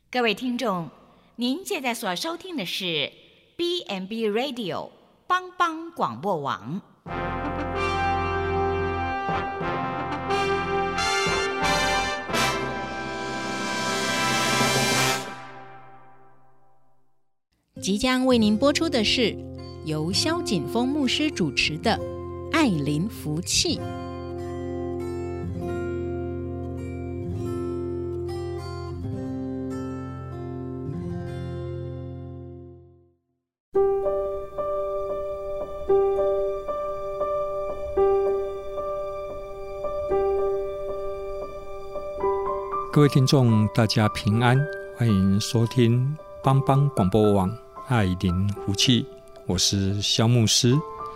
各位听众，您现在所收听的是 B&B Radio 帮帮广播网。 即将为您播出的是由萧锦峰牧师主持的《爱邻福气》。 各位听众大家平安，欢迎收听帮帮广播网爱邻福气，我是萧牧师。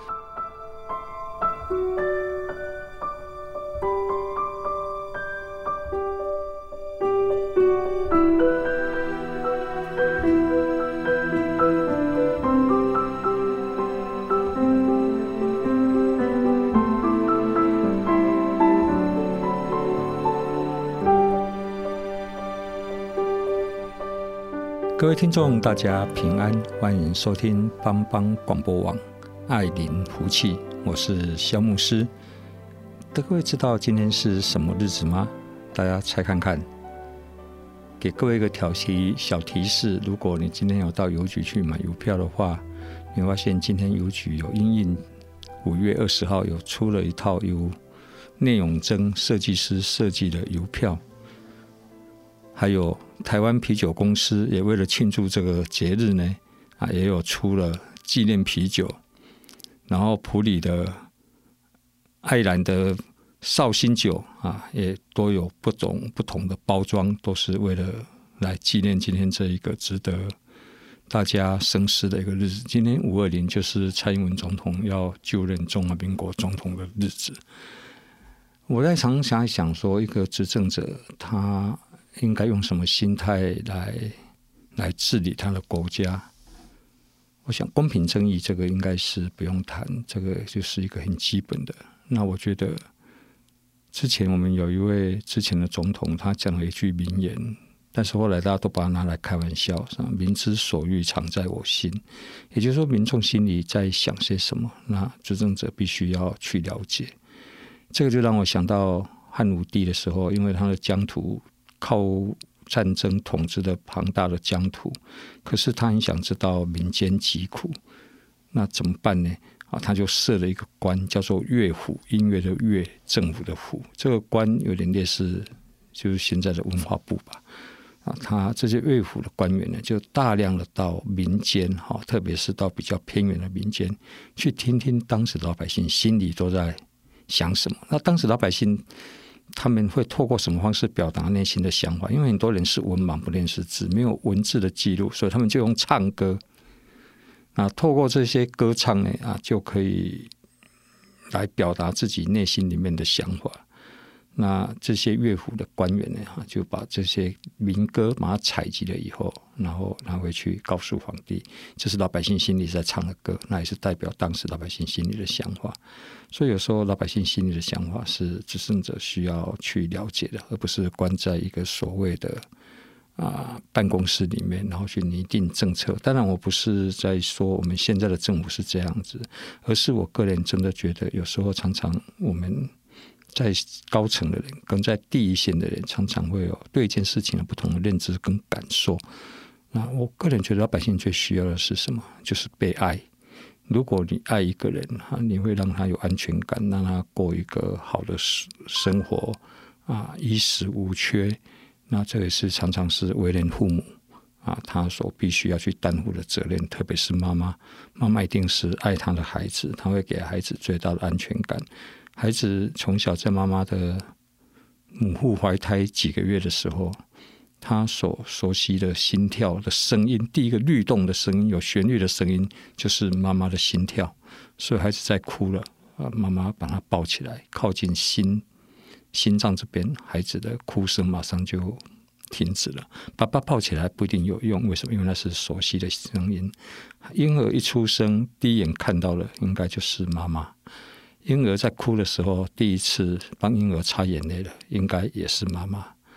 各位听众大家平安，欢迎收听帮帮广播网爱邻福气，我是萧牧师。各位知道今天是什么日子吗？大家猜看看。给各位一个小提示，如果你今天有到邮局去买邮票的话，你会发现今天邮局有因应5月20号有出了一套由聂永贞设计师设计的邮票，还有台湾啤酒公司也为了庆祝这个节日呢，也有出了纪念啤酒，然后埔里的爱兰的绍兴酒也都有不同的包装，都是为了来纪念今天这一个值得大家深思的一个日子。今天520就是蔡英文总统要就任中华民国总统的日子。我在常想一想说，一个执政者他应该用什么心态来治理他的国家？我想公平正义这个应该是不用谈，这个就是一个很基本的。那我觉得之前我们有一位之前的总统，他讲了一句名言，但是后来大家都把它拿来开玩笑，民之所欲，常在我心。也就是说，民众心里在想些什么，那执政者必须要去了解。这个就让我想到汉武帝的时候，因为他的疆土靠战争统治的庞大的疆土，可是他很想知道民间疾苦，那怎么办呢？他就设了一个官，叫做乐府，音乐的乐，政府的府。这个官有点类似就是现在的文化部吧。他这些乐府的官员呢，就大量的到民间，特别是到比较偏远的民间，去听听当时的老百姓心里都在想什么。那当时老百姓他们会透过什么方式表达内心的想法？因为很多人是文盲，不认识字，没有文字的记录，所以他们就用唱歌。透过这些歌唱呢，就可以来表达自己内心里面的想法。那这些乐府的官员呢，就把这些民歌把它采集了以后，然后拿回去告诉皇帝，这是老百姓心里在唱的歌，那也是代表当时老百姓心里的想法。所以有时候老百姓心里的想法是执政者需要去了解的，而不是关在一个所谓的办公室里面，然后去拟定政策。当然我不是在说我们现在的政府是这样子，而是我个人真的觉得有时候常常我们在高层的人跟在第一线的人常常会有对一件事情的不同的认知跟感受。那我个人觉得老百姓最需要的是什么？就是被爱。如果你爱一个人，你会让他有安全感，让他过一个好的生活衣食无缺。那这也是常常是为人父母他所必须要去担负的责任。特别是妈妈一定是爱她的孩子，她会给孩子最大的安全感。孩子从小在妈妈的母腹怀胎几个月的时候，他所熟悉的心跳的声音，第一个律动的声音，有旋律的声音，就是妈妈的心跳。所以孩子在哭了，妈妈把他抱起来，靠近心脏这边，孩子的哭声马上就停止了。爸爸抱起来不一定有用，为什么？因为那是熟悉的声音。婴儿一出生，第一眼看到的应该就是妈妈。婴儿在哭的时候，第一次帮婴儿擦眼泪的应该也是妈妈。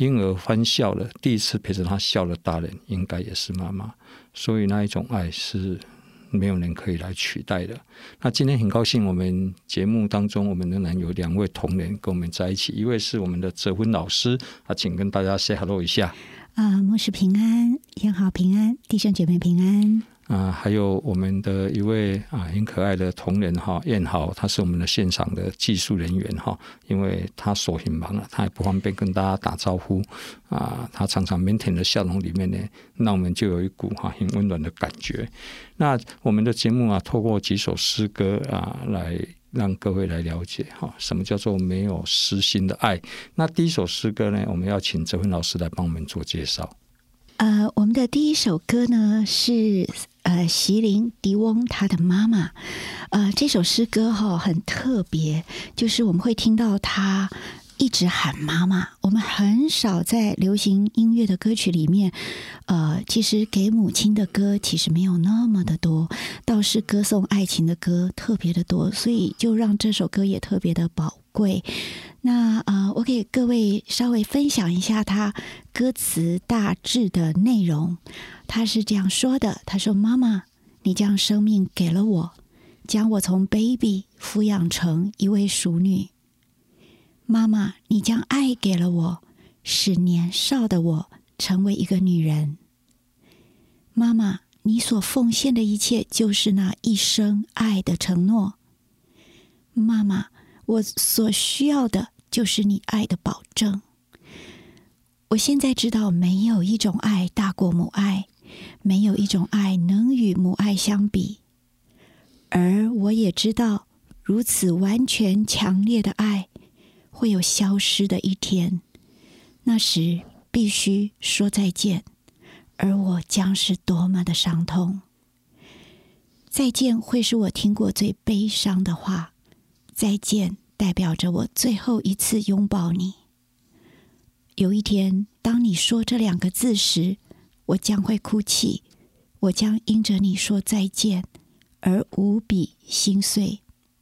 婴儿欢笑了，第一次陪着他笑的大人应该也是妈妈，所以那一种爱是没有人可以来取代的。那今天很高兴，我们节目当中我们仍然有2位同仁跟我们在一起，一位是我们的哲芬老师，请跟大家 say hello 一下。 牧师平安，燕好平安，弟兄姐妹平安。 还有我们的一位很可爱的同仁燕豪，他是我们的现场的技术人员因为他手很忙他也不方便跟大家打招呼他常常腼腆的笑容里面呢，让我们就有一股很温暖的感觉。那我们的节目透过几首诗歌来让各位来了解什么叫做没有私心的爱。那第一首诗歌呢，我们要请哲芬老师来帮我们做介绍。 我们的第一首歌呢是席琳·迪翁他的妈妈。这首诗歌很特别，就是我们会听到他一直喊妈妈。我们很少在流行音乐的歌曲里面其实给母亲的歌其实没有那么的多，倒是歌颂爱情的歌特别的多，所以就让这首歌也特别的宝贵。那我给各位稍微分享一下他歌词大致的内容。他是这样说的，他说：妈妈，你将生命给了我，将我从 baby 抚养成一位淑女。妈妈，你将爱给了我，使年少的我成为一个女人。妈妈，你所奉献的一切就是那一生爱的承诺。妈妈，我所需要的就是你爱的保证。我现在知道没有一种爱大过母爱，没有一种爱能与母爱相比，而我也知道如此完全强烈的爱会有消失的一天，那时必须说再见，而我将是多么的伤痛。再见会是我听过最悲伤的话，再见代表着我最后一次拥抱你。有一天，当你说这2个字时，我将会哭泣，我将因着你说再见而无比心碎。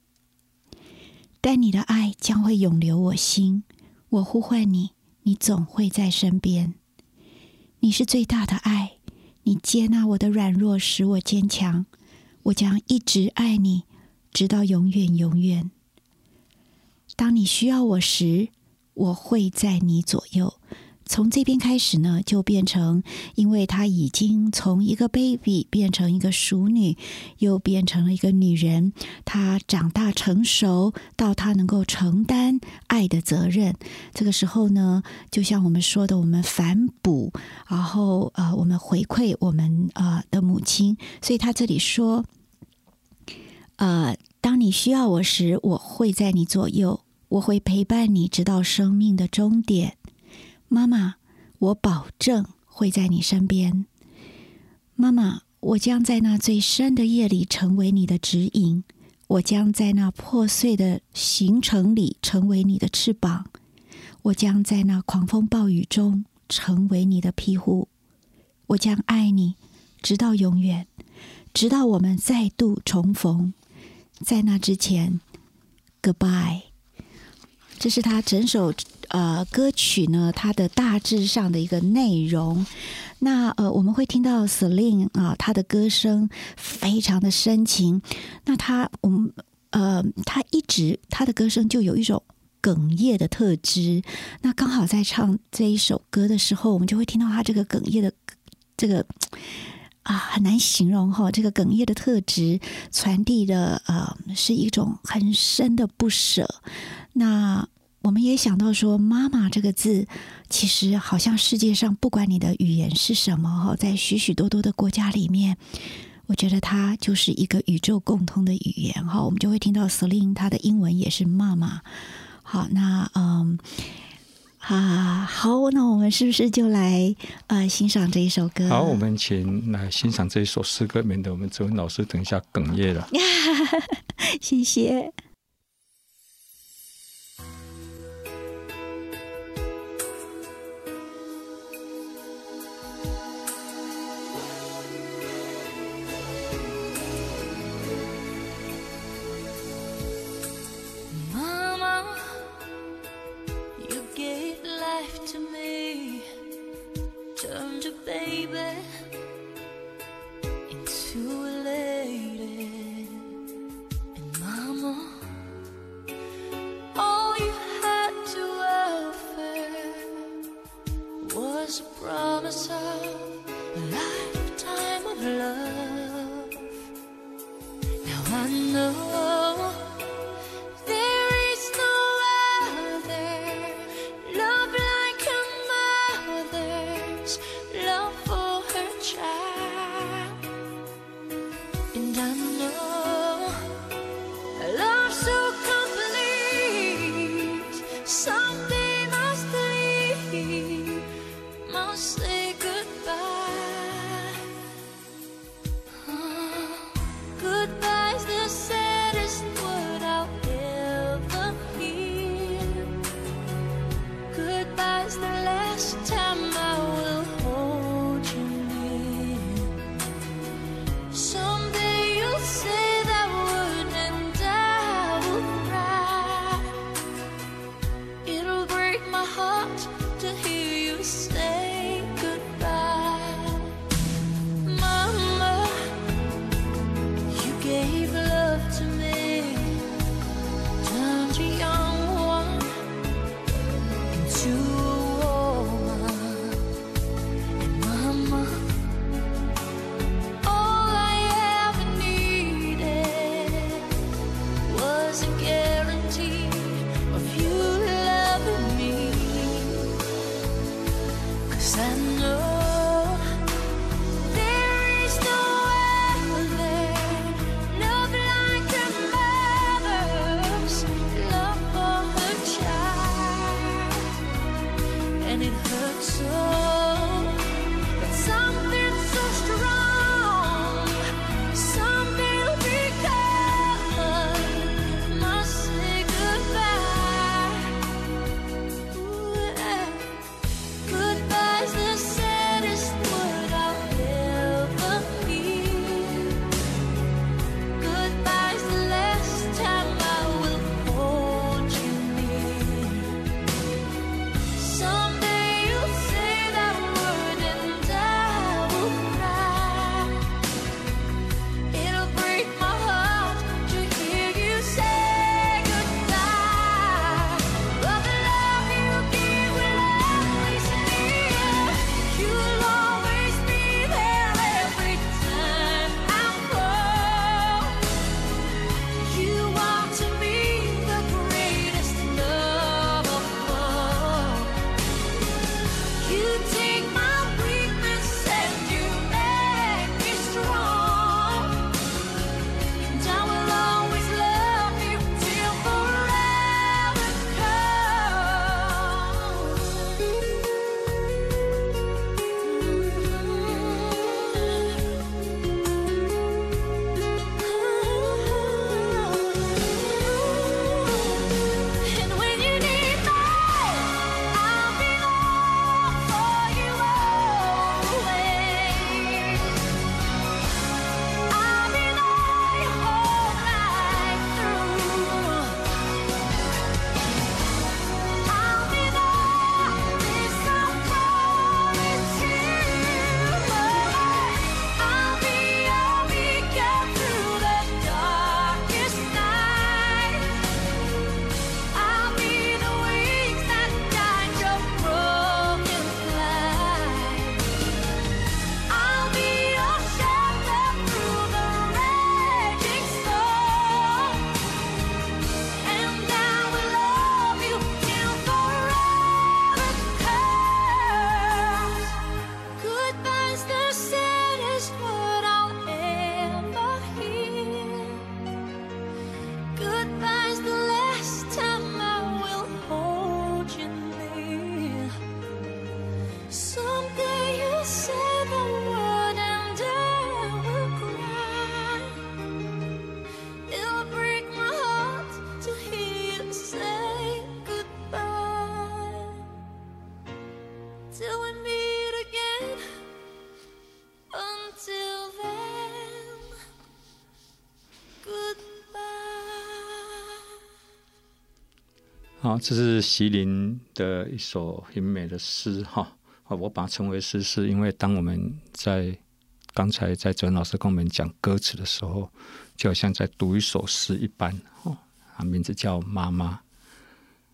但你的爱将会永留我心，我呼唤你，你总会在身边。你是最大的爱，你接纳我的软弱，使我坚强。我将一直爱你，直到永远永远。当你需要我时，我会在你左右。从这边开始呢，就变成，因为她已经从一个 baby 变成一个淑女，又变成了一个女人，她长大成熟，到她能够承担爱的责任。这个时候呢，就像我们说的，我们反哺，然后我们回馈我们的母亲。所以她这里说，当你需要我时，我会在你左右，我会陪伴你直到生命的终点。妈妈，我保证会在你身边。妈妈，我将在那最深的夜里成为你的指引，我将在那破碎的行程里成为你的翅膀，我将在那狂风暴雨中成为你的庇护。我将爱你直到永远，直到我们再度重逢。在那之前 Goodbye。 这是他整首歌曲呢，它的大致上的一个内容。那我们会听到 Celine 她的歌声非常的深情。那她的歌声就有一种哽咽的特质。那刚好在唱这一首歌的时候，我们就会听到她这个哽咽的这个很难形容这个哽咽的特质传递的是一种很深的不舍。那我们也想到说，妈妈这个字其实好像世界上不管你的语言是什么，在许许多多的国家里面，我觉得它就是一个宇宙共通的语言。我们就会听到 Celine 她的英文也是妈妈。好，那好，那我们是不是就来欣赏这一首歌？ 好，我们请来欣赏这一首诗歌，免得我们哲文老师等一下哽咽了。 谢谢。 Mama, you gave life to me. was a promise of a lifetime of love. Now I know there is no other love like a mother's love for her child. And I know a love so complete, someday must leave, must say goodbye. Goodbye's the saddest word I'll ever hear. Goodbye's the last time I will hold you near. Someday you'll say that word and I will cry. It'll break my heart to hear you say goodbye. Mama, you gave love to me, turned a young one into a woman. And Mama, all I ever needed was a guarantee of you loving me. 'Cause I know there is no other love like a mother's love for her child. And it hurts so, but something so strong someday will become, must say goodbye. Ooh, yeah. Goodbye's the saddest word I'll ever hear. Goodbye's the last time I will hold you near. Someday you'll say that word and I will cry. It'll break my heart to hear you say goodbye. But the love you give will always near. You'll always be there every time I fall. You are to me the greatest love of all. You take my weakness and you make me strong. And I will always love you till forever comes. And when you need me, I'll be there for you always. I'll be there your whole life through. I'll be there, this I promise you. I'll be your beacon through the darkest night. I'll be the wings that guide your broken flight. I'll be your shelter through the raging storm. And I will love you till forever comes. Goodbye's the saddest word I'll ever hear. Goodbye's the last time I will hold you near. Someday you'll say the word and I will cry. It'll break my heart to hear you say goodbye. Till we meet again. Until then, goodbye. 好，这是席琳的一首很美的诗哈。我把它称为诗，是因为当我们在刚才在哲文老师跟我们讲歌词的时候，就好像在读一首诗一般。它名字叫《妈妈》。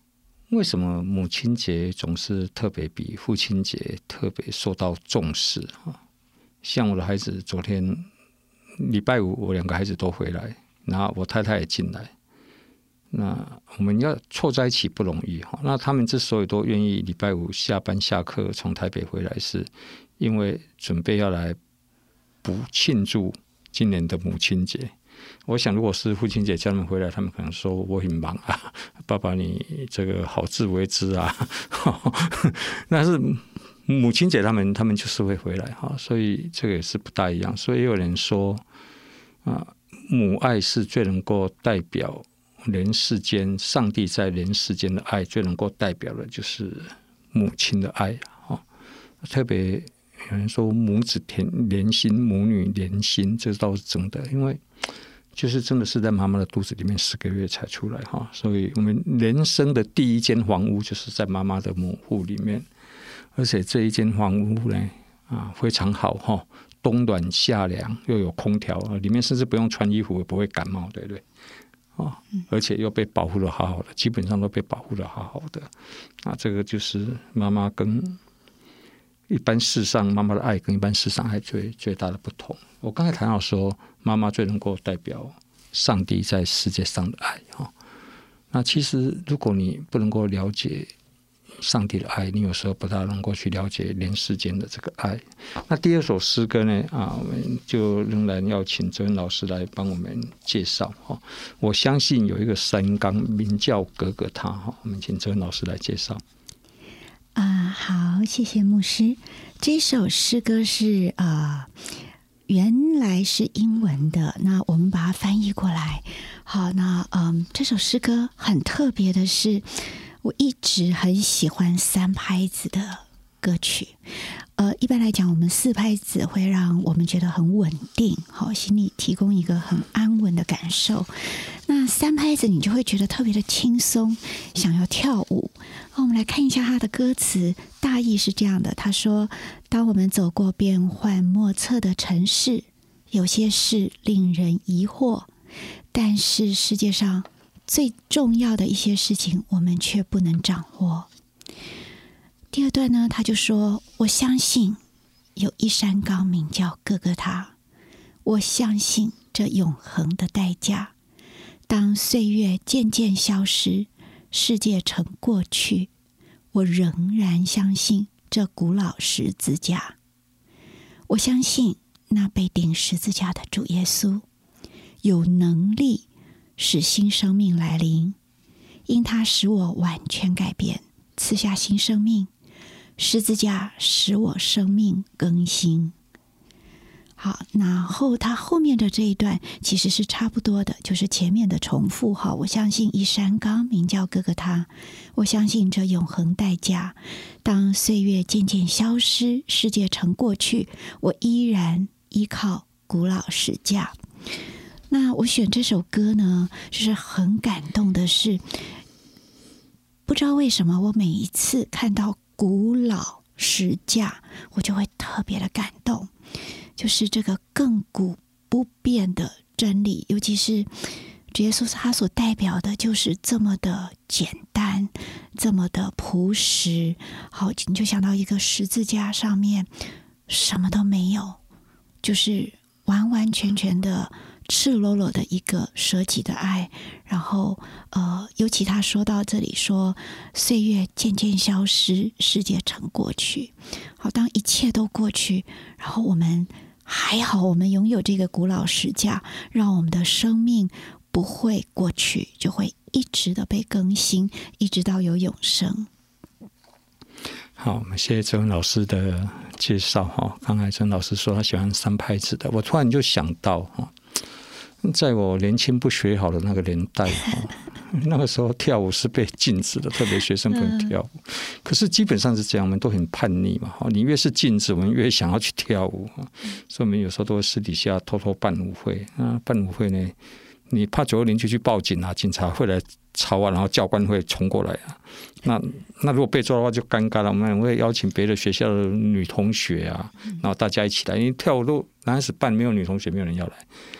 为什么母亲节总是特别比父亲节特别受到重视？像我的孩子，昨天礼拜五我2个孩子都回来，然后我太太也进来，那我们要凑在一起不容易。那他们之所以都愿意礼拜五下班下课从台北回来，是因为准备要来补庆祝今年的母亲节。我想如果是父亲节叫他们回来，他们可能说我很忙啊，爸爸你这个好自为之啊。但是母亲节他们就是会回来，所以这个也是不大一样。所以有人说母爱是最能够代表人世间，上帝在人世间的爱最能够代表的就是母亲的爱。特别有人说母子连心，母女连心，这倒是真的，因为就是真的是在妈妈的肚子里面10个月才出来，所以我们人生的第一间房屋就是在妈妈的母腹里面，而且这一间房屋呢非常好，冬暖夏凉，又有空调，里面甚至不用穿衣服也不会感冒，对不对？而且又被保护的好好的，基本上都被保护的好好的。这个就是妈妈跟一般世上妈妈的爱跟一般世上爱最大的不同。我刚才谈到说，妈妈最能够代表上帝在世界上的爱。那其实如果你不能够了解上帝的爱，你有时候不大能够去了解人世间的这个爱。那第2首诗歌呢，我们就仍然要请哲文老师来帮我们介绍。我相信有一个山冈名叫格格他，我们请哲文老师来介绍。 好，谢谢牧师。这首诗歌是原来是英文的，那我们把它翻译过来。好，那这首诗歌很特别的是，我一直很喜欢3拍子的歌曲。一般来讲，我们4拍子会让我们觉得很稳定，好，心里提供一个很安稳的感受。那3拍子你就会觉得特别的轻松，想要跳舞。我们来看一下他的歌词，大意是这样的。他说，当我们走过变幻莫测的城市，有些事令人疑惑，但是世界上最重要的一些事情我们却不能掌握。第2段呢，他就说，我相信有一山冈名叫哥哥他，我相信这永恒的代价，当岁月渐渐消失，世界成过去，我仍然相信这古老十字架。我相信那被钉十字架的主耶稣有能力使新生命来临，因他使我完全改变，赐下新生命。十字架使我生命更新。好，然后他后面的这一段其实是差不多的，就是前面的重复。好，我相信一山冈名叫哥哥他，我相信这永恒代价，当岁月渐渐消失，世界成过去，我依然依靠古老十架。那我选这首歌呢，就是很感动的是，不知道为什么我每一次看到古老十架，我就会特别的感动，就是这个亘古不变的真理，尤其是主耶稣他所代表的就是这么的简单，这么的朴实。好，你就想到一个十字架上面什么都没有，就是完完全全的赤裸裸的一个舍己的爱。然后尤其他说到这里说，岁月渐渐消失，世界成过去。好，当一切都过去，然后我们还好，我们拥有这个古老十架，让我们的生命不会过去，就会一直的被更新，一直到有永生。 好，我们谢谢哲文老师的介绍。刚才哲文老师说他喜欢3拍子的，我突然就想到，在我年轻不学好的那个年代，那个时候跳舞是被禁止的，特别学生不能跳舞。可是基本上是这样，我们都很叛逆嘛，你越是禁止，我们越想要去跳舞。所以我们有时候都会私底下偷偷办舞会。办舞会呢，你怕920邻居去报警啊，警察会来抄啊，然后教官会冲过来啊。那如果被抓的话就尴尬了，我们会邀请别的学校的女同学啊，然后大家一起来，因为跳舞都男孩子办，没有女同学，没有人要来。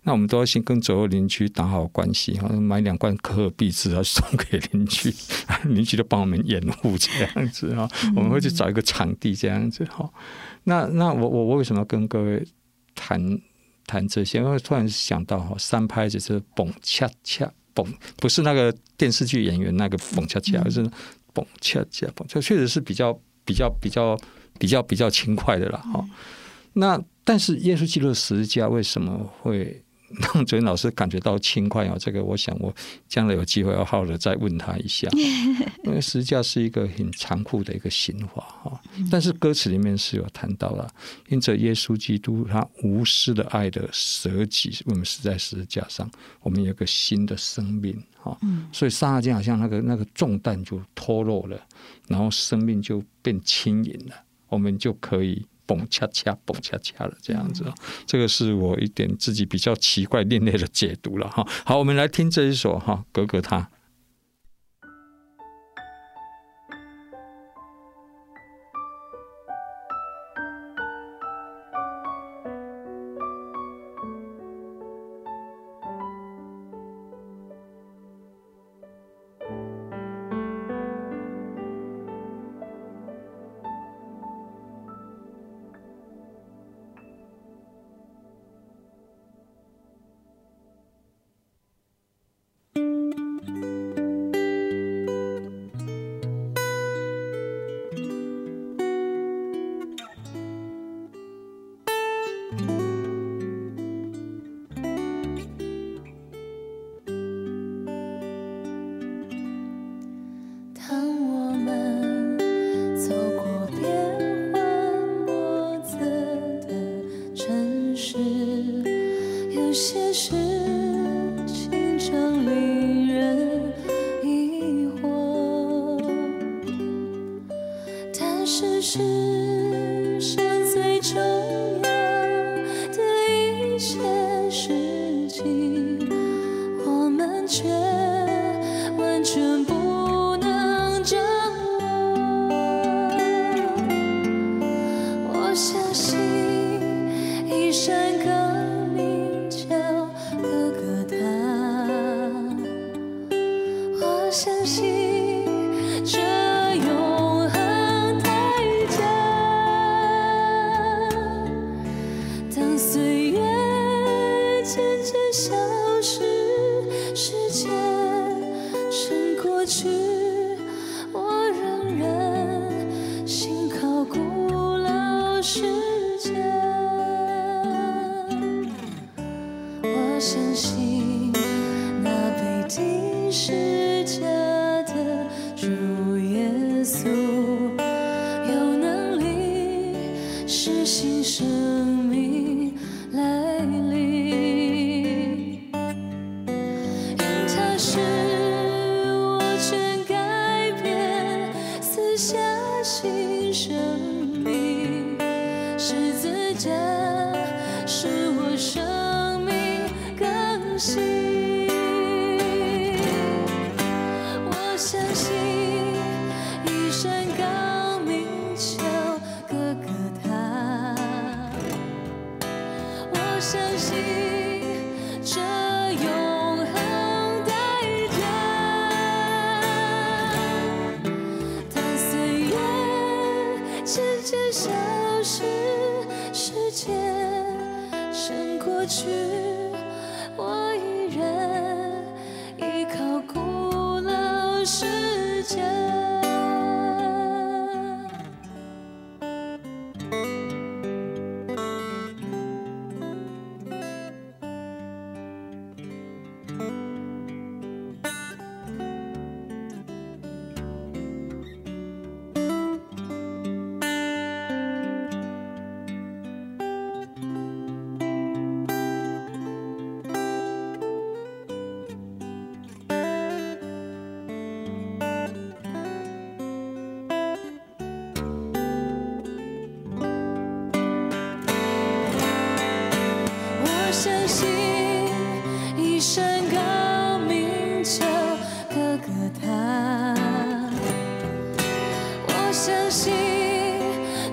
那我们都要先跟左右邻居打好关系，买2罐可尔必治送给邻居，邻居都帮我们掩护这样子，我们会去找一个场地这样子。那我为什么要跟各位谈这些？因为突然想到三拍子是蹦恰恰蹦，不是那个电视剧演员那个蹦恰恰，而是蹦恰恰蹦，这确实是比较轻快的啦。那但是耶稣基督的十字架为什么会让哲老师感觉到轻快这个我想我将来有机会要好的再问他一下，因为十字架是一个很残酷的一个刑罚，但是歌词里面是有谈到了，因着耶稣基督他无私的爱的舍己，我们死在十字架上，我们有个新的生命，所以刹那间好像那个重担就脱落了，然后生命就变轻盈了，我们就可以蹦恰恰蹦恰恰了这样子，这个是我一点自己比较奇怪另类的解读了。好，我们来听这一首格格他。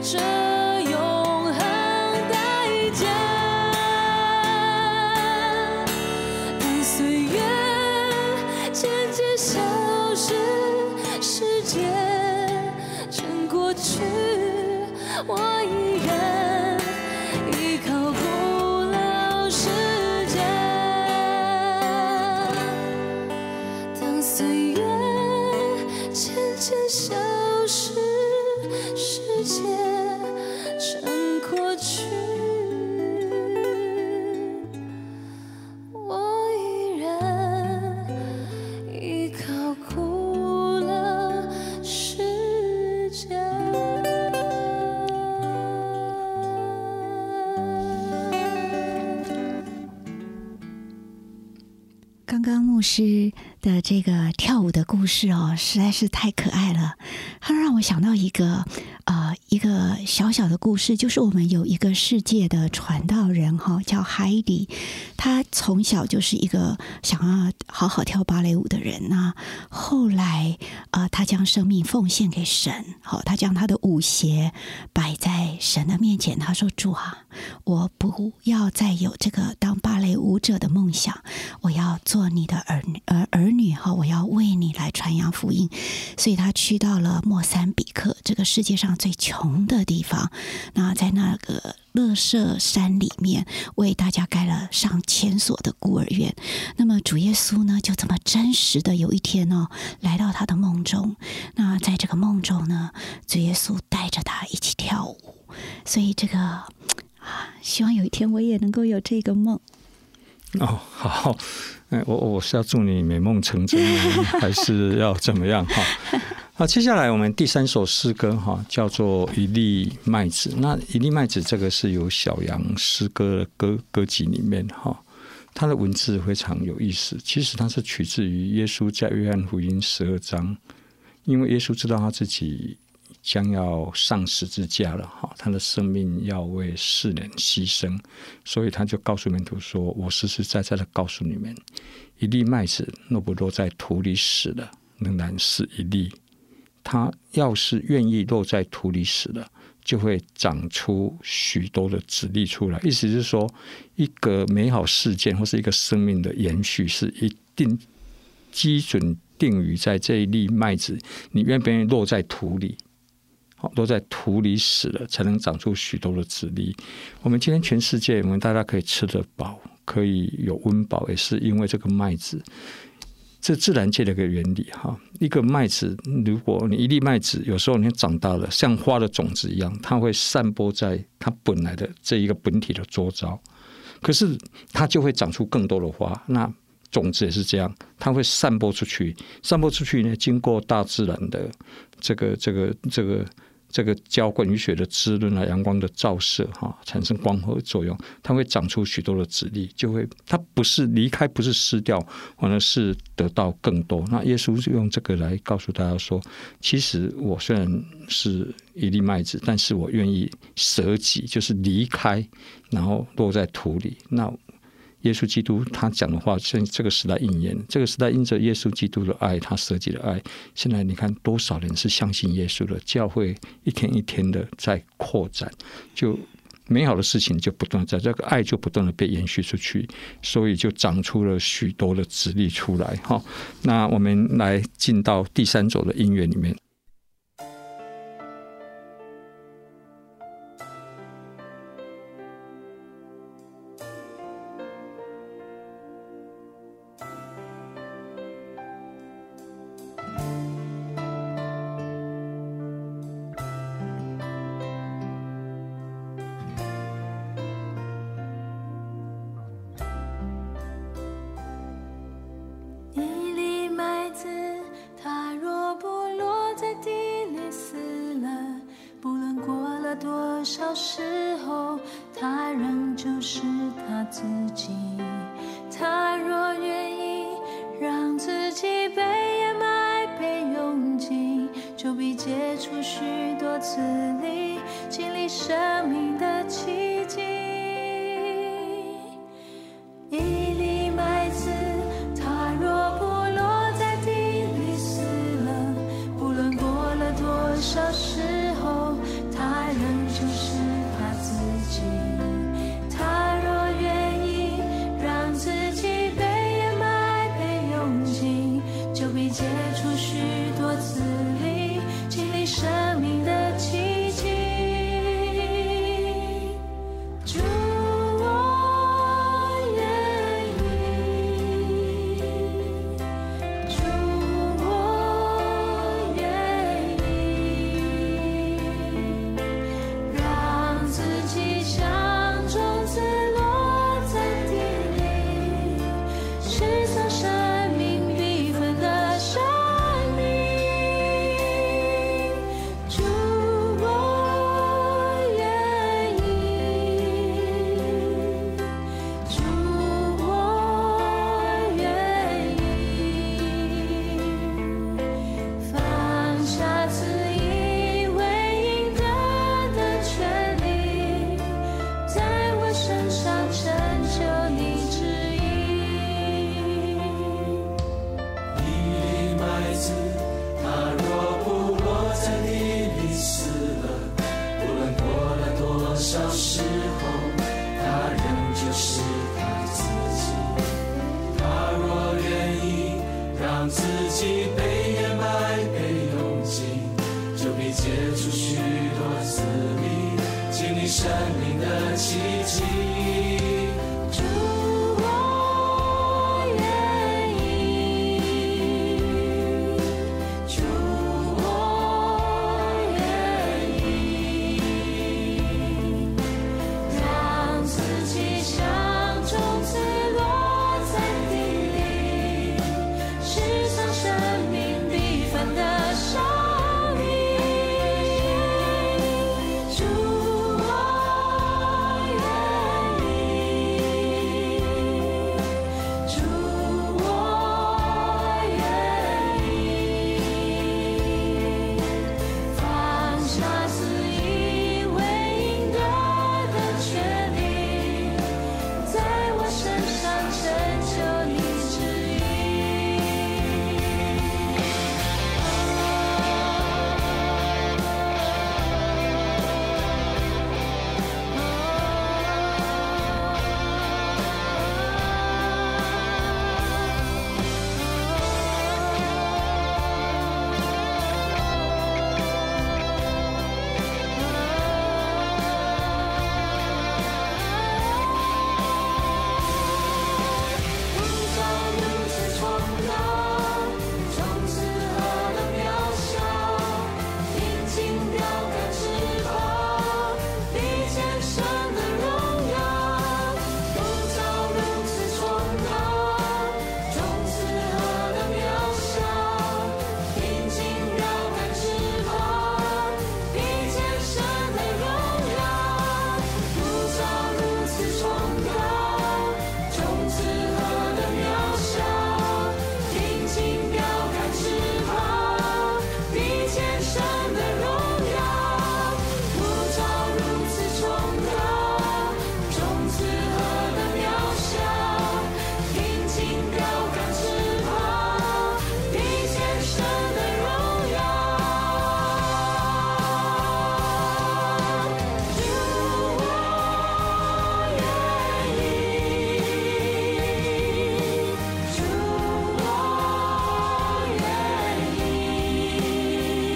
我我依然依靠古老世界。当岁月渐渐消失，世界成过去，我依然依靠古老世界。 刚刚牧师的这个跳舞的故事哦，实在是太可爱了。它让我想到一个小小的故事，就是我们有一个世界的传道人哈，叫海迪。他从小就是一个想要好好跳芭蕾舞的人呐。后来他将生命奉献给神，他将他的舞鞋摆在神的面前。他说：“主啊，我不要再有这个当芭蕾舞者的梦想，我要做你的儿女哈，我要为你来传扬福音。”所以他去到了莫桑比克，这个世界上最穷的地方。那在那个垃圾山里面，为大家盖了上千所的孤儿院。那么主耶稣呢，就这么真实的有一天哦，来到他的梦中。那在这个梦中呢，主耶稣带着他一起跳舞。所以这个希望有一天我也能够有这个梦。 哦，好，我是要祝你美梦成真呢，还是要怎么样哈？好，接下来我们第3首诗歌哈，叫做《一粒麦子》。那《一粒麦子》这个是由小杨诗歌的歌集里面哈，它的文字非常有意思。其实它是取自于耶稣在约翰福音12章，因为耶稣知道他自己将要上十字架了哈，他的生命要为世人牺牲，所以他就告诉门徒说：“我实实在在的告诉你们，一粒麦子若不落在土里死了，仍然是一粒；它要是愿意落在土里死了，就会长出许多的子粒出来。”意思是说，一个美好事件或是一个生命的延续，是一定基准定于在这一粒麦子，你愿不愿意落在土里？落在土里死了，才能长出许多的子粒。我们今天全世界，我们大家可以吃得饱，可以有温饱，也是因为这个麦子。这自然界的一个原理哈。一个麦子，如果你一粒麦子，有时候你长大了，像花的种子一样，它会散播在它本来的这一个本体的周遭，可是它就会长出更多的花。那种子也是这样，它会散播出去，散播出去呢，经过大自然的这个浇灌雨水的滋润啊，阳光的照射哈，产生光合作用，它会长出许多的子粒，就会它不是离开，不是失掉，反而是得到更多。那耶稣就用这个来告诉大家说，其实我虽然是一粒麦子，但是我愿意舍己，就是离开，然后落在土里。那耶稣基督他讲的话，在这个时代应验，这个时代因着耶稣基督的爱，他舍己的爱，现在你看多少人是相信耶稣的，教会一天一天的在扩展，就美好的事情就不断在这个爱就不断的被延续出去，所以就长出了许多的子粒出来。那我们来进到第3首的音乐里面。 多少时候，他仍旧是他自己。他若愿意让自己被掩埋、被拥挤，就必结出许多子粒，经历生命的奇迹。一粒麦子，它若不落在地里死了，不论过了多少时候，它仍旧是它自己。它若愿意让自己被掩埋、被拥挤，就必结出许多子粒，经历生命的奇迹。 少时候，他仍旧是他自己。他若愿意让自己被掩埋被拥挤，就必结出许多子粒，经历生命的奇迹。 主，我愿意，主，我愿意，让自己像种子落在地里，释放生命比凡的生命。主，我愿意，主，我愿意，放下自以为应得的权利，在我身上成就你旨意。梦中如此崇高，种子何等渺小，平静标杆翅膀，比肩神的荣耀。梦中如此崇高，种子何等渺小，平静标杆翅膀，比肩神的荣耀。梦中如此崇高，种子何等渺小，平静标杆翅膀，比肩神的荣耀。梦中如此崇高，种子何等渺小，平静标杆翅膀，比肩神的荣耀。主，我愿意，主，我愿意，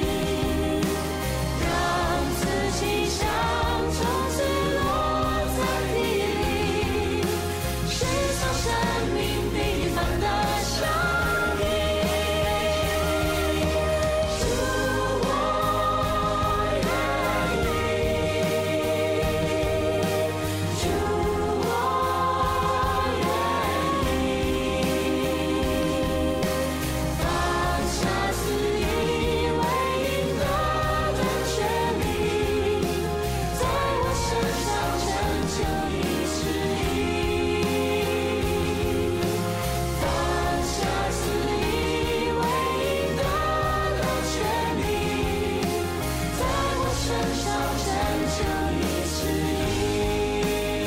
让自己像种子落在地里，释放生命比凡的生命。主，我愿意，主，我愿意，放下自以为应得的权利，在我身上成就你旨意。放下自以为应得的权利，在我身上成就你旨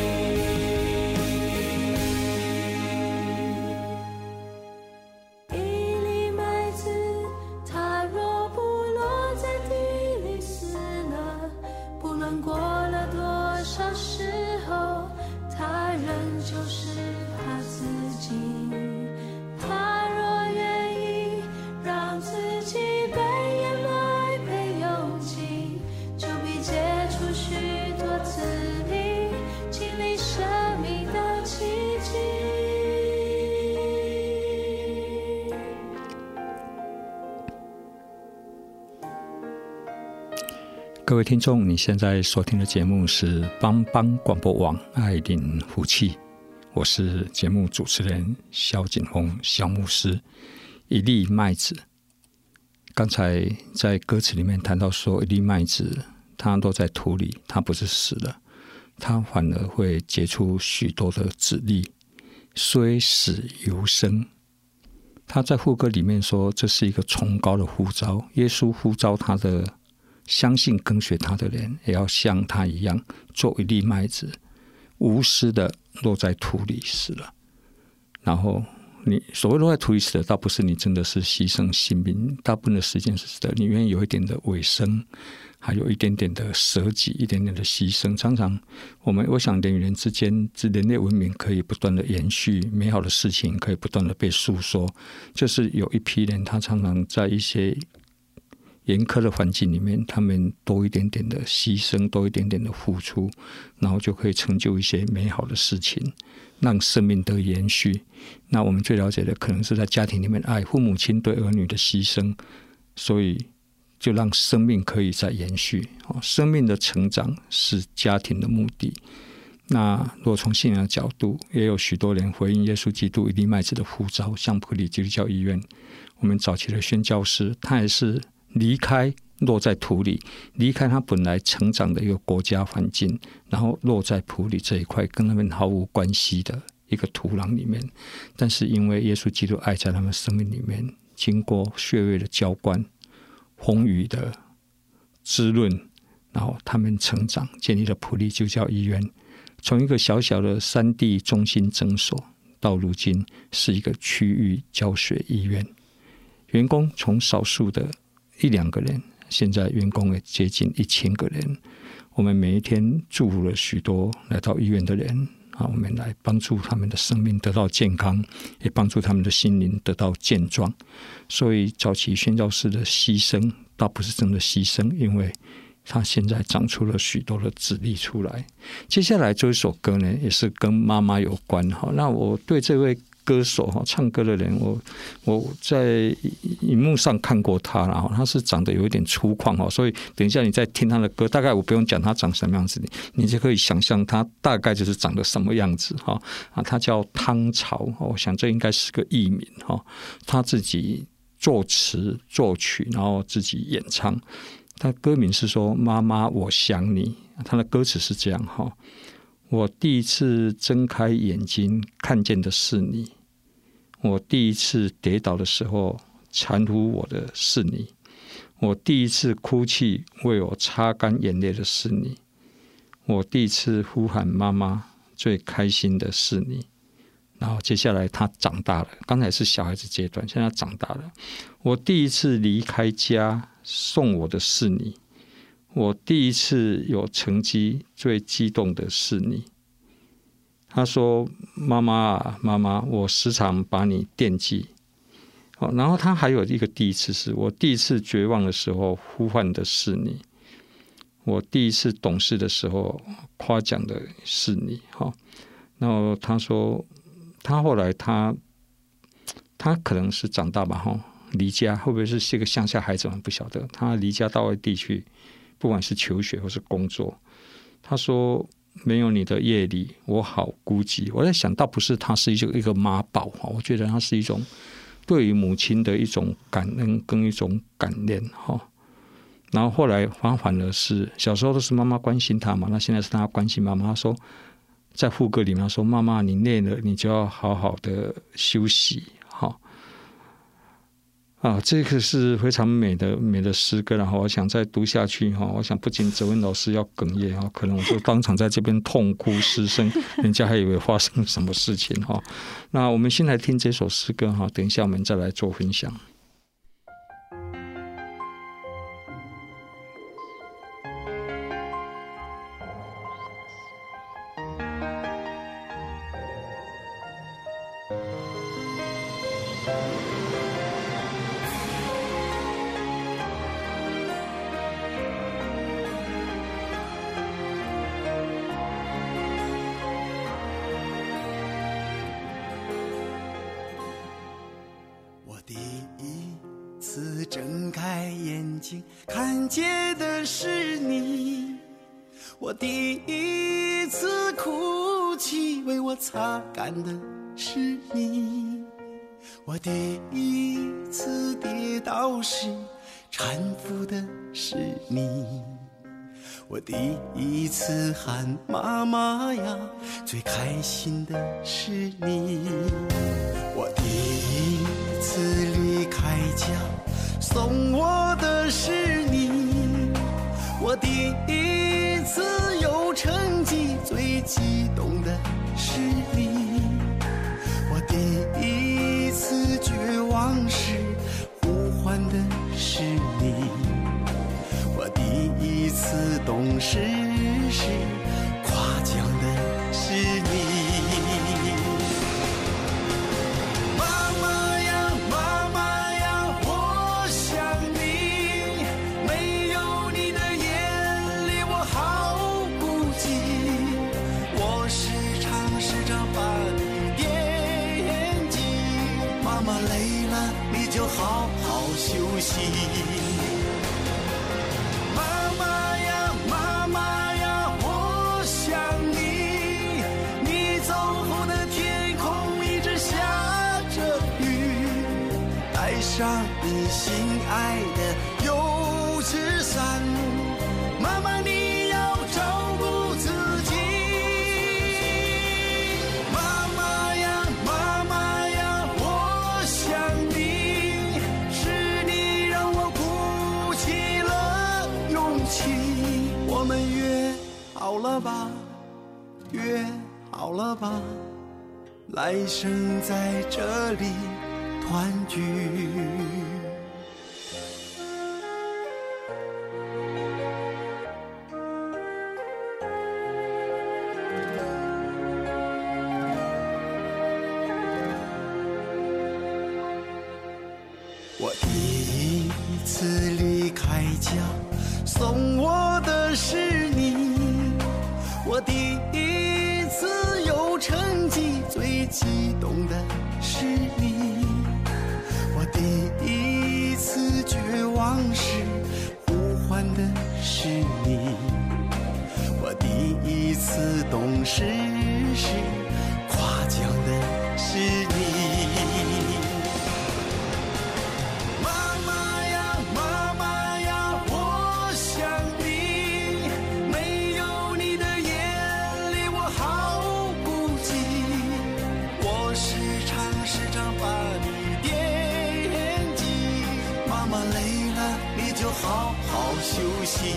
意。一粒麦子，它若不落在地里死了，不论过了多少时候，它仍旧是它自己。它若愿意让自己被掩埋被拥挤，就必结出许多子粒，经历生命的奇迹。 各位听众，你现在收听的节目是帮帮广播网爱邻福气，我是节目主持人萧景峰萧牧师。一粒麦子，刚才在歌词里面谈到说，一粒麦子它落在土里，它不是死了，它反而会结出许多的子粒，虽死犹生。他在副歌里面说，这是一个崇高的呼召，耶稣呼召他的相信跟随他的人，也要像他一样做一粒麦子，无私的落在土里死了。然后你所谓落在土里死的，倒不是你真的是牺牲性命，大部分的时间是死的，你愿意有一点的尾声， 还有一点点的舍己，一点点的牺牲。常常我想人与人之间，人类文明可以不断的延续，美好的事情可以不断的被诉说，就是有一批人他常常在一些严苛的环境里面，他们多一点点的牺牲，多一点点的付出，然后就可以成就一些美好的事情，让生命得延续。那我们最了解的可能是在家庭里面爱，父母亲对儿女的牺牲，所以就让生命可以再延续。生命的成长是家庭的目的。那如果从信仰的角度，也有许多人回应耶稣基督一粒麦子的呼召，像埔里基督教医院我们早期的宣教师，他也是离开落在土里，离开他本来成长的一个国家环境，然后落在埔里这一块跟他们毫无关系的一个土壤里面，但是因为耶稣基督爱在他们生命里面，经过血液的浇灌，风雨的滋润，然后他们成长，建立了埔里基督教医院，从一个小小的山地中心诊所到如今是一个区域教学医院，员工从少数的1-2个人，现在员工也接近1000个人。我们每一天祝福了许多来到医院的人，我们来帮助他们的生命得到健康，也帮助他们的心灵得到健壮。所以早期宣教士的牺牲倒不是真的牺牲，因为他现在长出了许多的子粒出来。接下来这一首歌呢，也是跟妈妈有关。那我对这位歌手唱歌的人，我在荧幕上看过他，然后他是长得有一点粗犷，所以等一下你再听他的歌，大概我不用讲他长什么样子，你就可以想象他大概就是长得什么样子。他叫汤潮，我想这应该是个艺名，他自己作词作曲，然后自己演唱。他歌名是说妈妈我想你，他的歌词是这样，我第一次睁开眼睛看见的是你，我第一次跌倒的时候搀扶我的是你，我第一次哭泣为我擦干眼泪的是你，我第一次呼喊妈妈最开心的是你。然后接下来他长大了，刚才是小孩子阶段，现在他长大了。我第一次离开家送我的是你，我第一次有成绩最激动的是你。他说妈妈啊妈妈，我时常把你惦记。然后他还有一个第一次，是我第一次绝望的时候呼唤的是你，我第一次懂事的时候夸奖的是你。然后他说他后来他可能是长大吧，离家，会不会是一个乡下孩子，我不晓得。他离家到外地去，不管是求学或是工作。他说没有你的夜里我好孤寂。我在想倒不是他是一个妈宝，我觉得他是一种对于母亲的一种感恩跟一种感念。然后后来反而是小时候都是妈妈关心他嘛，那现在是他关心妈妈。他说在副歌里面说妈妈你累了你就要好好的休息。这个是非常美的诗歌，然后我想再读下去，我想不仅哲文老师要哽咽，可能我就当场在这边痛哭失声，人家还以为发生什么事情。那我们先来听这首诗歌，等一下我们再来做分享。 第一次睁开眼睛看见的是你，我第一次哭泣为我擦干的是你，我第一次跌倒时搀扶的是你，我第一次喊妈妈呀最开心的是你，我第一次离开家送我的是你，我第一次有成绩最激动的是你，我第一次绝望时呼唤的是你，我第一懂事时，夸奖的是你。妈妈呀，妈妈呀，我想你，没有你的眼里我好孤寂，我时常把你惦记。妈妈累了，你就好好休息。妈妈呀，妈妈呀，我想你，你走后的天空一直下着雨，带上你心爱的油纸伞，妈妈你要照顾自己。妈妈呀，妈妈呀，我想你，是你让我鼓起了勇气。我们约好了吧，约好了吧，来生在这里团聚。我第一次离开家，送我的是你。我第一次有成绩，最激动的是你。我第一次绝望时，呼唤的是你。我第一次懂事时，夸奖的是你。好好休息。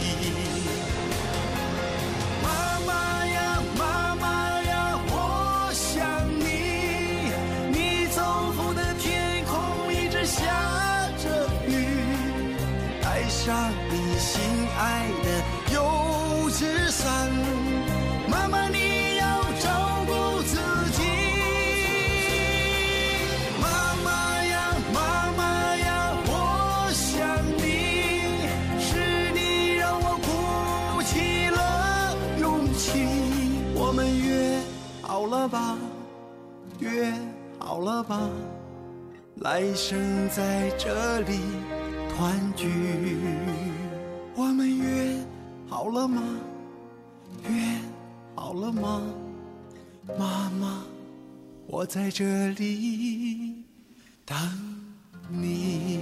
妈妈呀，妈妈呀，我想你，你走后的天空一直下着雨，带上你心爱的油纸伞，妈妈你要照顾自己。妈妈呀，妈妈呀，我想你，我们约好了吧，约好了吧，来生在这里团聚。我们约好了吗？约好了吗？妈妈，我在这里等你。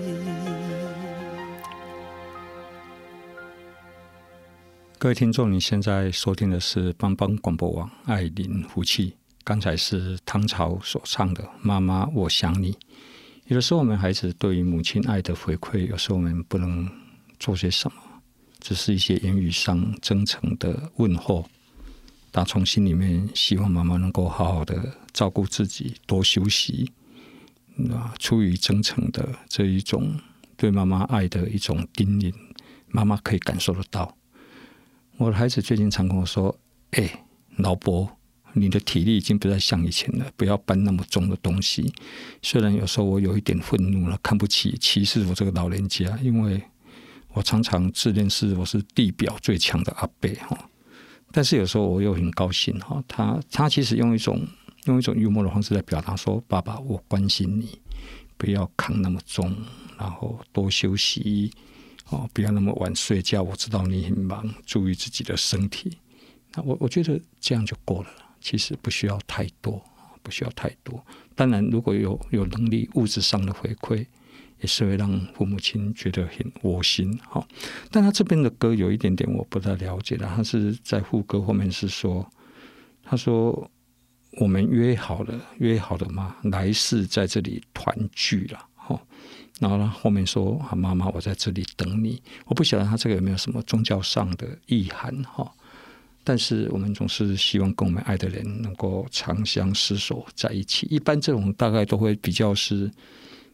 各位听众，你现在收听的是帮帮广播网爱邻福气。刚才是汤潮所唱的《妈妈我想你》。有的时候我们孩子对于母亲爱的回馈，有时候我们不能做些什么，只是一些言语上真诚的问候，打从心里面希望妈妈能够好好的照顾自己，多休息，出于真诚的这一种对妈妈爱的一种叮咛，妈妈可以感受得到。我的孩子最近常跟我说，老伯，你的体力已经不再像以前了，不要搬那么重的东西。虽然有时候我有一点愤怒了，看不起歧视我这个老人家，因为我常常自认我是地表最强的阿伯，但是有时候我又很高兴，他其实用一种幽默的方式来表达说，爸爸我关心你，不要扛那么重，然后多休息，不要那么晚睡觉，我知道你很忙，注意自己的身体。那我觉得这样就够了，其实不需要太多，不需要太多。当然如果有能力物质上的回馈，也是会让父母亲觉得很窝心。但他这边的歌有一点点我不太了解了，他是在副歌后面是说，他说我们约好了吗？来世在这里团聚了。然后他后面说，妈妈我在这里等你。我不晓得他这个有没有什么宗教上的意涵，但是我们总是希望跟我们爱的人能够长相厮守在一起。一般这种大概都会比较是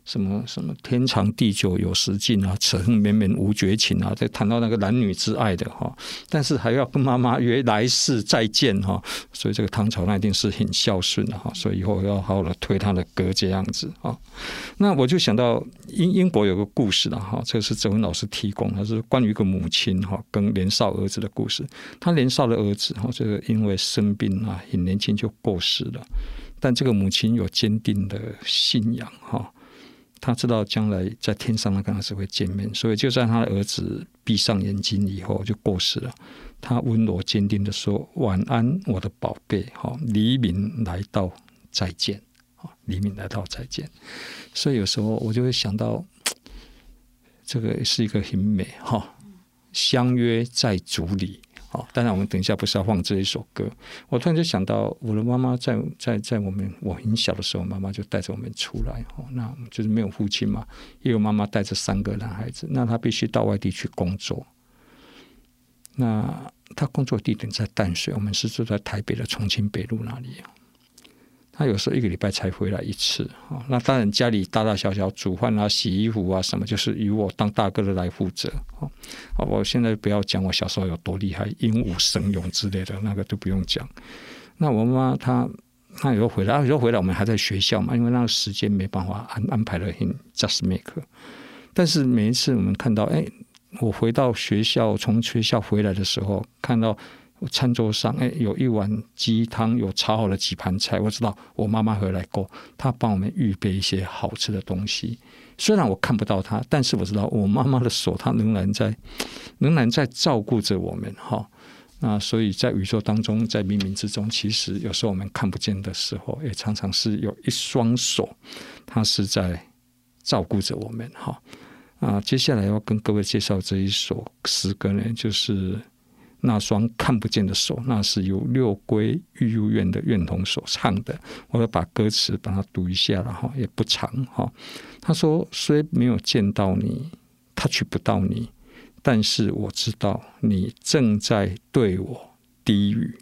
什么天长地久有时尽啊，此恨绵绵无绝情啊，在谈到那个男女之爱的哈，但是还要跟妈妈约来世再见哈，所以这个唐朝那一定是很孝顺的哈，所以以后要好好的推他的歌这样子啊。那我就想到英国有个故事了哈，这个是哲文老师提供，他是关于一个母亲哈跟年少儿子的故事。他年少的儿子哈，这个因为生病啊，很年轻就过世了，但这个母亲有坚定的信仰哈。他知道将来在天上他跟他是会见面，所以就在他的儿子闭上眼睛以后就过世了。他温柔坚定的说：“晚安，我的宝贝，黎明来到，再见。”黎明来到，再见。所以有时候我就会想到，这个是一个很美相约在主里。当然我们等一下不是要放这一首歌，我突然就想到我的妈妈在我很小的时候，妈妈就带着我们出来，那就是没有父亲嘛，也有妈妈带着3个男孩子，那她必须到外地去工作。那她工作地点在淡水，我们是住在台北的重庆北路那里。他有时候1个礼拜才回来1次，那当然家里大大小小煮饭啊、洗衣服啊什么，就是由我当大哥的来负责。我现在不要讲我小时候有多厉害，英武神勇之类的，那个都不用讲。那我妈妈她有时候回来，有时候回来我们还在学校嘛，因为那个时间没办法安排的很 just make。但是每一次我们看到，我回到学校，从学校回来的时候，看到餐桌上有一碗鸡汤，有炒好了几盘菜，我知道我妈妈回来过，她帮我们预备一些好吃的东西。虽然我看不到她，但是我知道我妈妈的手，她仍然在照顾着我们那所以在宇宙当中，在冥冥之中，其实有时候我们看不见的时候，也常常是有一双手，它是在照顾着我们接下来要跟各位介绍这一首诗歌呢，就是那双看不见的手，那是由六龟育幼院的院童所唱的。我要把歌词把它读一下了也不长他说：“虽没有见到你 ，touch 不到你，但是我知道你正在对我低语。”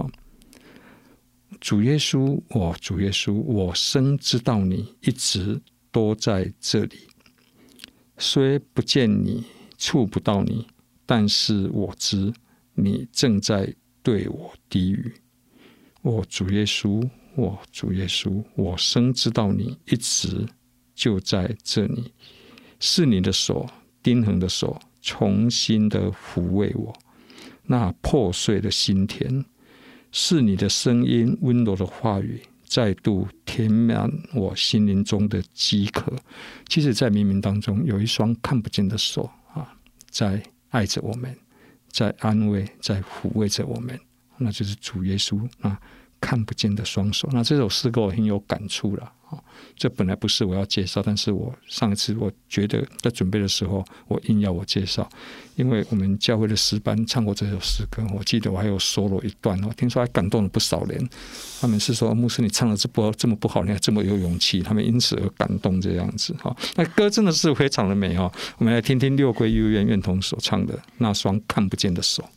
主耶稣，主耶稣，我深知道你一直都在这里。虽不见你，触不到你，但是我知你正在对我低语。主耶稣，主耶稣，我深知道你一直就在这里，是你的手，钉痕的手，重新的抚慰我那破碎的心田，是你的声音，温柔的话语，再度填满我心灵中的饥渴。其实在冥冥当中有一双看不见的手在爱着我们，在安慰，在抚慰着我们，那就是主耶稣看不见的双手。那这首诗歌我很有感触了这本来不是我要介绍，但是我上一次我觉得在准备的时候，我硬要我介绍，因为我们教会的诗班唱过这首诗歌，我记得我还有 solo 一段听说还感动了不少人。他们是说牧师你唱的这么不好，你还这么有勇气，他们因此而感动这样子那歌真的是非常的美我们来听听六龟幼院院童所唱的那双看不见的手。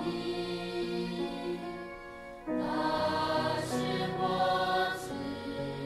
那是我自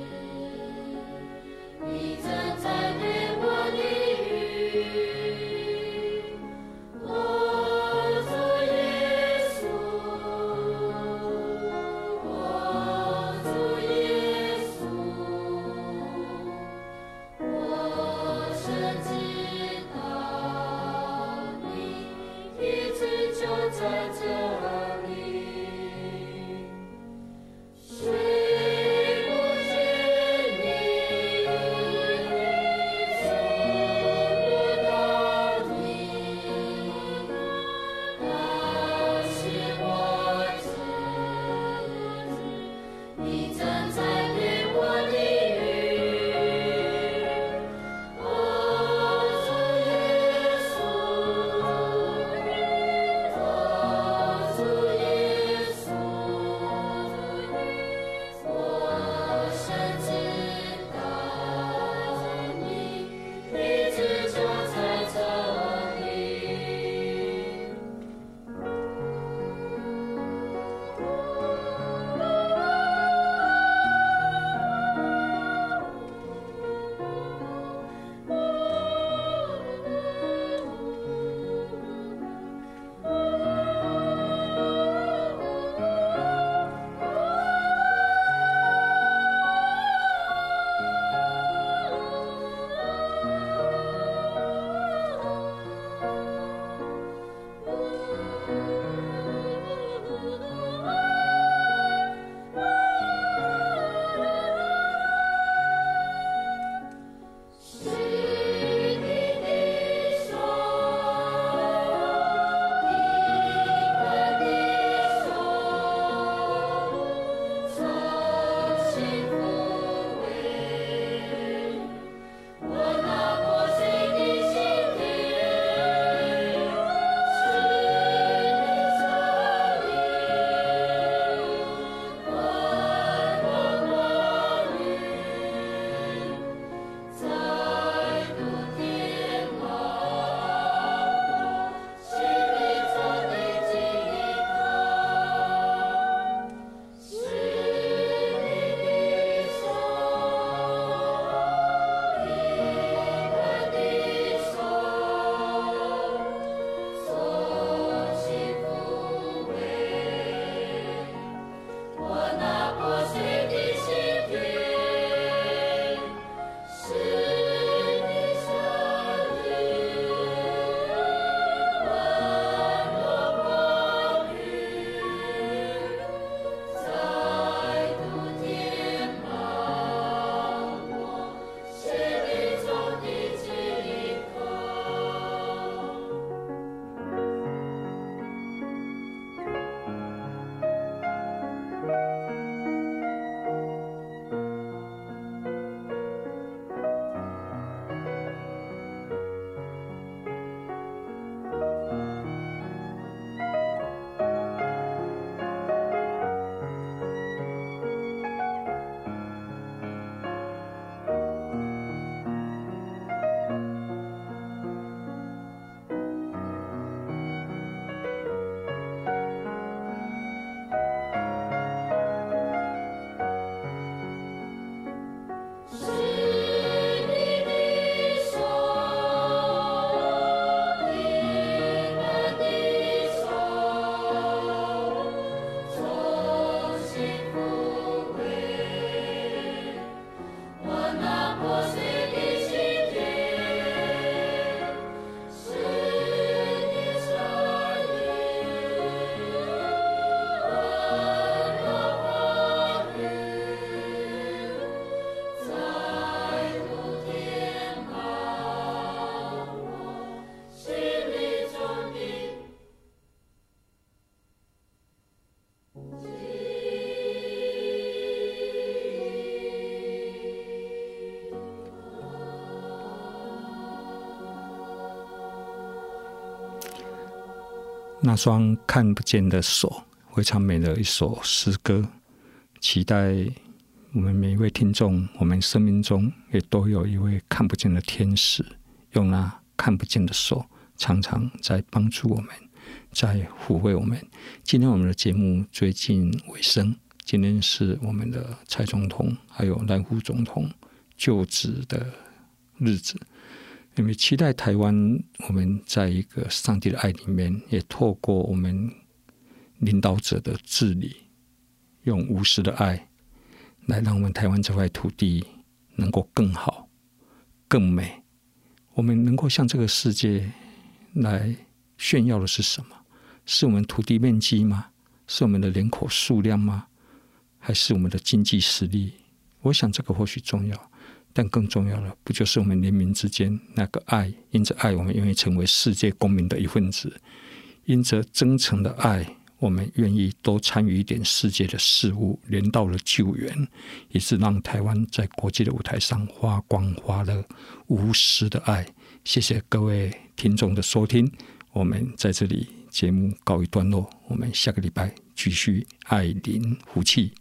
那双看不见的手，非常美的一首诗歌，期待我们每一位听众，我们生命中也都有一位看不见的天使，用那看不见的手常常在帮助我们，在抚慰我们。今天我们的节目接近尾声，今天是我们的蔡总统还有赖副总统就职的日子，因为期待台湾我们在一个上帝的爱里面，也透过我们领导者的治理，用无私的爱来让我们台湾这块土地能够更好更美。我们能够向这个世界来炫耀的是什么？是我们土地面积吗？是我们的人口数量吗？还是我们的经济实力？我想这个或许重要，但更重要的不就是我们人民之间那个爱？因着爱，我们愿意成为世界公民的一份子；因着真诚的爱，我们愿意多参与一点世界的事物，连到了救援，也是让台湾在国际的舞台上发光发热，无私的爱。谢谢各位听众的收听，我们在这里节目告一段落，我们下个礼拜继续爱邻福气。